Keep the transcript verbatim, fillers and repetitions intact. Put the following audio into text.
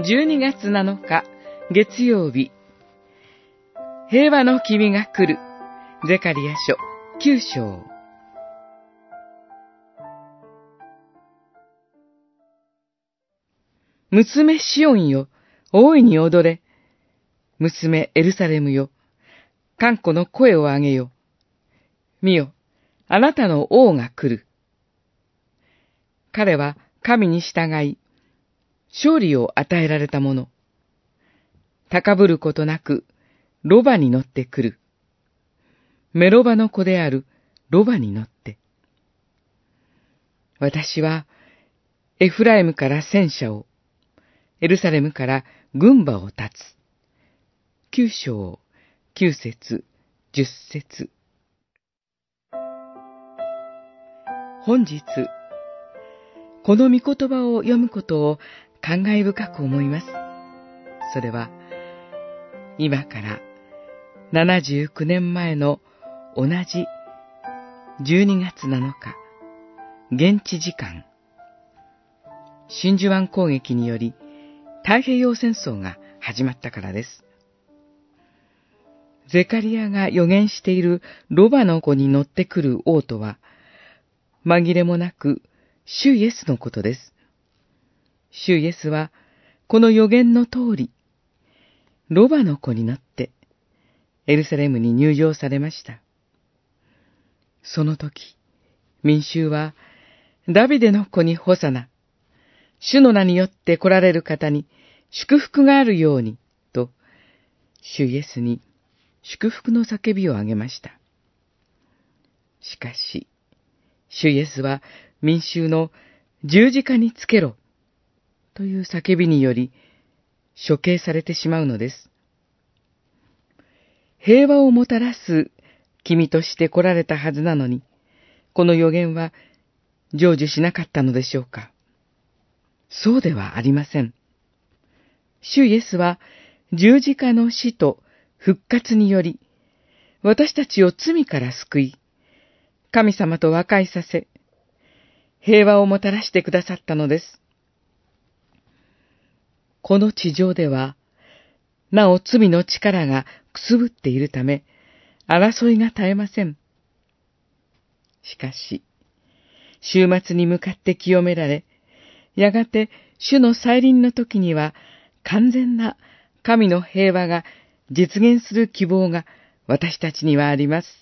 じゅうにがつなのか月曜日、平和の君が来る。ゼカリヤ書きゅう章。娘シオンよ、大いに踊れ。娘エルサレムよ、歓呼の声を上げよ。見よ、あなたの王が来る。彼は神に従い、勝利を与えられたもの。高ぶることなく、ロバに乗ってくる。メロバの子であるロバに乗って。私は、エフライムから戦車を、エルサレムから軍馬を立つ。九章、九節、十節。本日、この御言葉を読むことを感慨深く思います。それは、今からななじゅうきゅうねんまえの同じじゅうにがつなのか、現地時間、真珠湾攻撃により太平洋戦争が始まったからです。ゼカリヤが予言しているロバの子に乗ってくる王とは、紛れもなく主イエスのことです。主イエスは、この予言の通り、ロバの子に乗って、エルサレムに入場されました。その時、民衆は、ダビデの子にホサナ、主の名によって来られる方に祝福があるように、と、主イエスに祝福の叫びを上げました。しかし、主イエスは民衆の十字架につけろ、という叫びにより、処刑されてしまうのです。平和をもたらす君として来られたはずなのに、この予言は成就しなかったのでしょうか。そうではありません。主イエスは十字架の死と復活により、私たちを罪から救い、神様と和解させ、平和をもたらしてくださったのです。この地上では、なお罪の力がくすぶっているため、争いが絶えません。しかし、終末に向かって清められ、やがて主の再臨の時には、完全な神の平和が実現する希望が私たちにはあります。